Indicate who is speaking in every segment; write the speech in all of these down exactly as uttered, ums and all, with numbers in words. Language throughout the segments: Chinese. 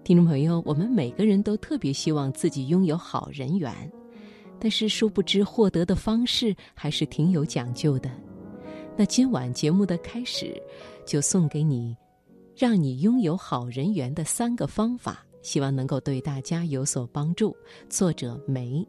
Speaker 1: 听众朋友，我们每个人都特别希望自己拥有好人缘，但是殊不知获得的方式还是挺有讲究的。那今晚节目的开始，就送给你让你拥有好人缘的三个方法，希望能够对大家有所帮助。作者梅。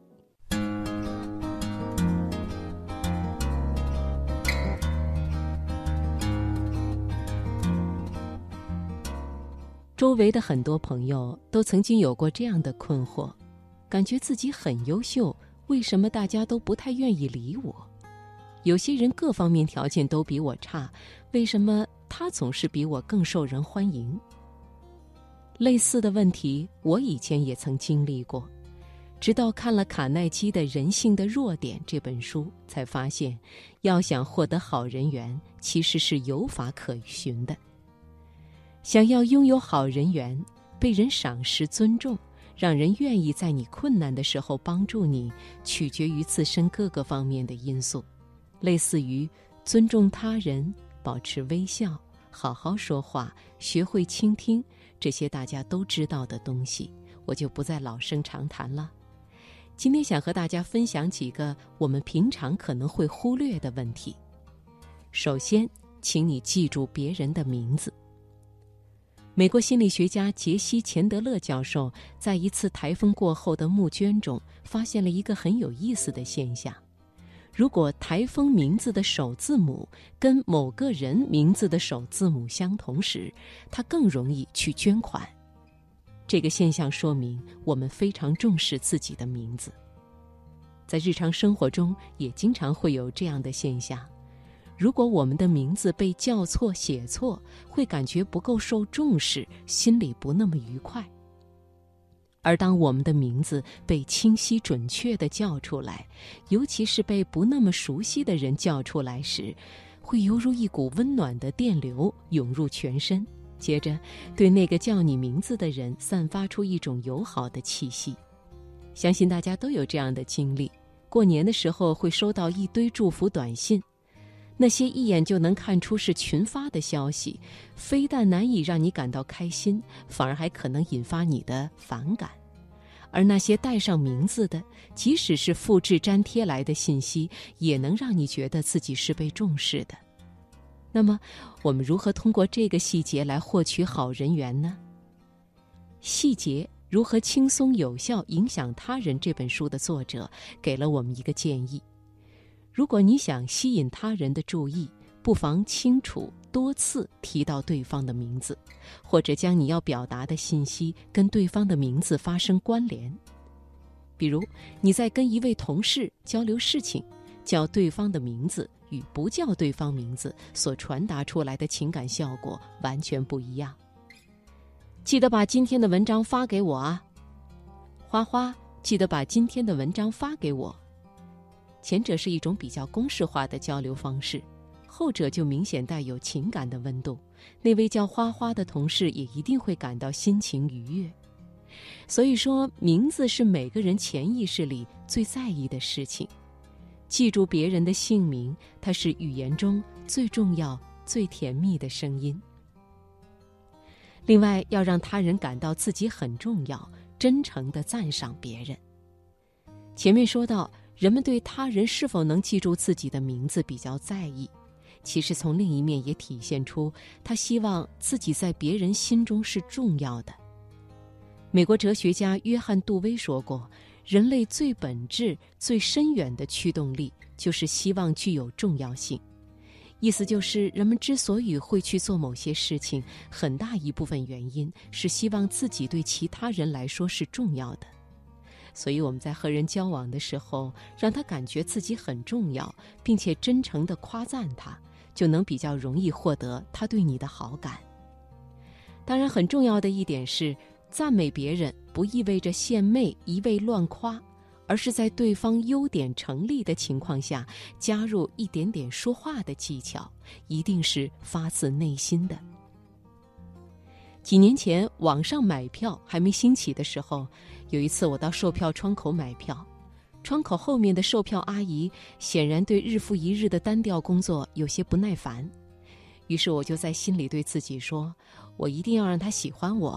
Speaker 1: 周围的很多朋友都曾经有过这样的困惑，感觉自己很优秀，为什么大家都不太愿意理我？有些人各方面条件都比我差，为什么他总是比我更受人欢迎？类似的问题我以前也曾经历过，直到看了卡耐基的《人性的弱点》这本书，才发现要想获得好人缘，其实是有法可循的。想要拥有好人缘，被人赏识尊重，让人愿意在你困难的时候帮助你，取决于自身各个方面的因素，类似于尊重他人、保持微笑、好好说话、学会倾听，这些大家都知道的东西，我就不再老生常谈了。今天想和大家分享几个我们平常可能会忽略的问题。首先，请你记住别人的名字。美国心理学家杰西·钱德勒教授在一次台风过后的募捐中发现了一个很有意思的现象：如果台风名字的首字母跟某个人名字的首字母相同时，他更容易去捐款。这个现象说明我们非常重视自己的名字。在日常生活中也经常会有这样的现象，如果我们的名字被叫错写错，会感觉不够受重视，心里不那么愉快。而当我们的名字被清晰准确地叫出来，尤其是被不那么熟悉的人叫出来时，会犹如一股温暖的电流涌入全身，接着对那个叫你名字的人散发出一种友好的气息。相信大家都有这样的经历，过年的时候会收到一堆祝福短信，那些一眼就能看出是群发的消息，非但难以让你感到开心，反而还可能引发你的反感。而那些带上名字的，即使是复制粘贴来的信息，也能让你觉得自己是被重视的。那么，我们如何通过这个细节来获取好人缘呢？细节如何轻松有效影响他人这本书的作者给了我们一个建议。如果你想吸引他人的注意，不妨清楚多次提到对方的名字，或者将你要表达的信息跟对方的名字发生关联。比如，你在跟一位同事交流事情，叫对方的名字与不叫对方名字所传达出来的情感效果完全不一样。记得把今天的文章发给我啊！花花，记得把今天的文章发给我。前者是一种比较公式化的交流方式，后者就明显带有情感的温度，那位叫花花的同事也一定会感到心情愉悦。所以说，名字是每个人潜意识里最在意的事情。记住别人的姓名，它是语言中最重要、最甜蜜的声音。另外，要让他人感到自己很重要，真诚地赞赏别人。前面说到，人们对他人是否能记住自己的名字比较在意，其实从另一面也体现出他希望自己在别人心中是重要的。美国哲学家约翰·杜威说过，人类最本质、最深远的驱动力就是希望具有重要性。意思就是，人们之所以会去做某些事情，很大一部分原因是希望自己对其他人来说是重要的。所以我们在和人交往的时候，让他感觉自己很重要，并且真诚地夸赞他，就能比较容易获得他对你的好感。当然，很重要的一点是，赞美别人不意味着献媚、一味乱夸，而是在对方优点成立的情况下，加入一点点说话的技巧，一定是发自内心的。几年前，网上买票还没兴起的时候，有一次我到售票窗口买票，窗口后面的售票阿姨显然对日复一日的单调工作有些不耐烦，于是我就在心里对自己说，我一定要让她喜欢我，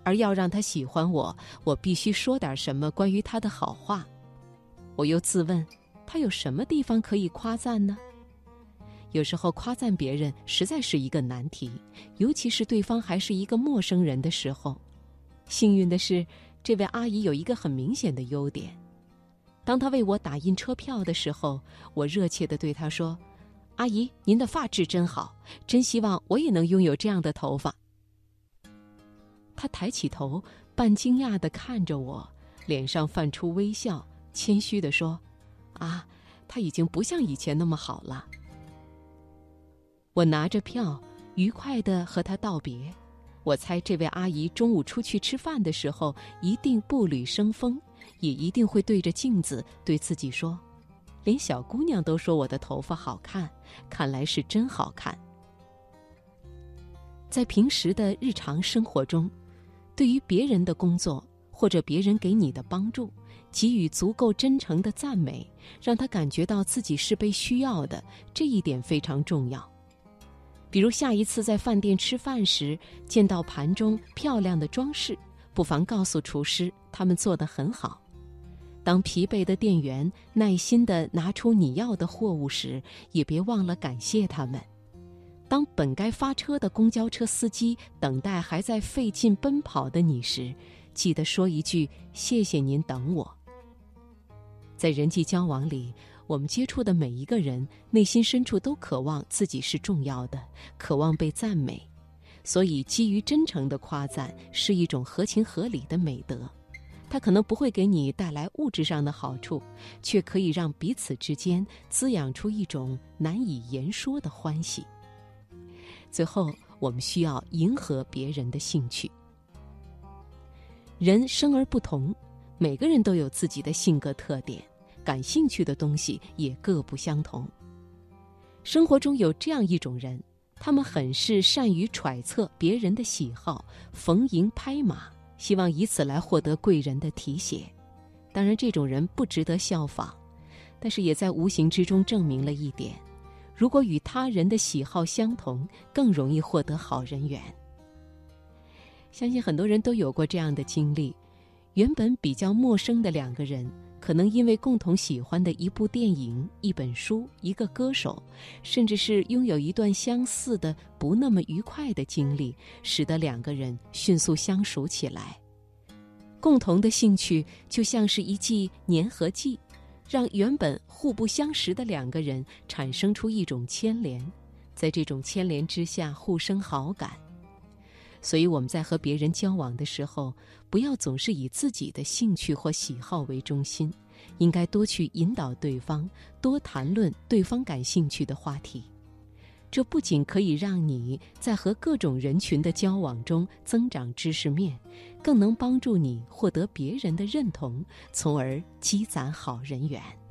Speaker 1: 而要让他喜欢我，我必须说点什么关于他的好话。我又自问，他有什么地方可以夸赞呢？有时候夸赞别人实在是一个难题，尤其是对方还是一个陌生人的时候。幸运的是，这位阿姨有一个很明显的优点。当她为我打印车票的时候，我热切地对她说：“阿姨，您的发质真好，真希望我也能拥有这样的头发。”她抬起头，半惊讶地看着我，脸上泛出微笑，谦虚地说：“啊，她已经不像以前那么好了。”我拿着票，愉快地和她道别。我猜这位阿姨中午出去吃饭的时候，一定步履生风，也一定会对着镜子对自己说：“连小姑娘都说我的头发好看，看来是真好看。”在平时的日常生活中，对于别人的工作或者别人给你的帮助，给予足够真诚的赞美，让他感觉到自己是被需要的，这一点非常重要。比如下一次在饭店吃饭时，见到盘中漂亮的装饰，不妨告诉厨师，他们做得很好。当疲惫的店员耐心地拿出你要的货物时，也别忘了感谢他们。当本该发车的公交车司机等待还在费劲奔跑的你时，记得说一句：“谢谢您等我。”在人际交往里，我们接触的每一个人，内心深处都渴望自己是重要的，渴望被赞美。所以基于真诚的夸赞是一种合情合理的美德。它可能不会给你带来物质上的好处，却可以让彼此之间滋养出一种难以言说的欢喜。最后，我们需要迎合别人的兴趣。人生而不同，每个人都有自己的性格特点，感兴趣的东西也各不相同。生活中有这样一种人，他们很是善于揣测别人的喜好，逢迎拍马，希望以此来获得贵人的提携。当然，这种人不值得效仿，但是也在无形之中证明了一点：如果与他人的喜好相同，更容易获得好人缘。相信很多人都有过这样的经历，原本比较陌生的两个人，可能因为共同喜欢的一部电影、一本书、一个歌手，甚至是拥有一段相似的不那么愉快的经历，使得两个人迅速相熟起来。共同的兴趣就像是一剂粘合剂，让原本互不相识的两个人产生出一种牵连，在这种牵连之下互生好感。所以我们在和别人交往的时候，不要总是以自己的兴趣或喜好为中心，应该多去引导对方，多谈论对方感兴趣的话题。这不仅可以让你在和各种人群的交往中增长知识面，更能帮助你获得别人的认同，从而积攒好人缘。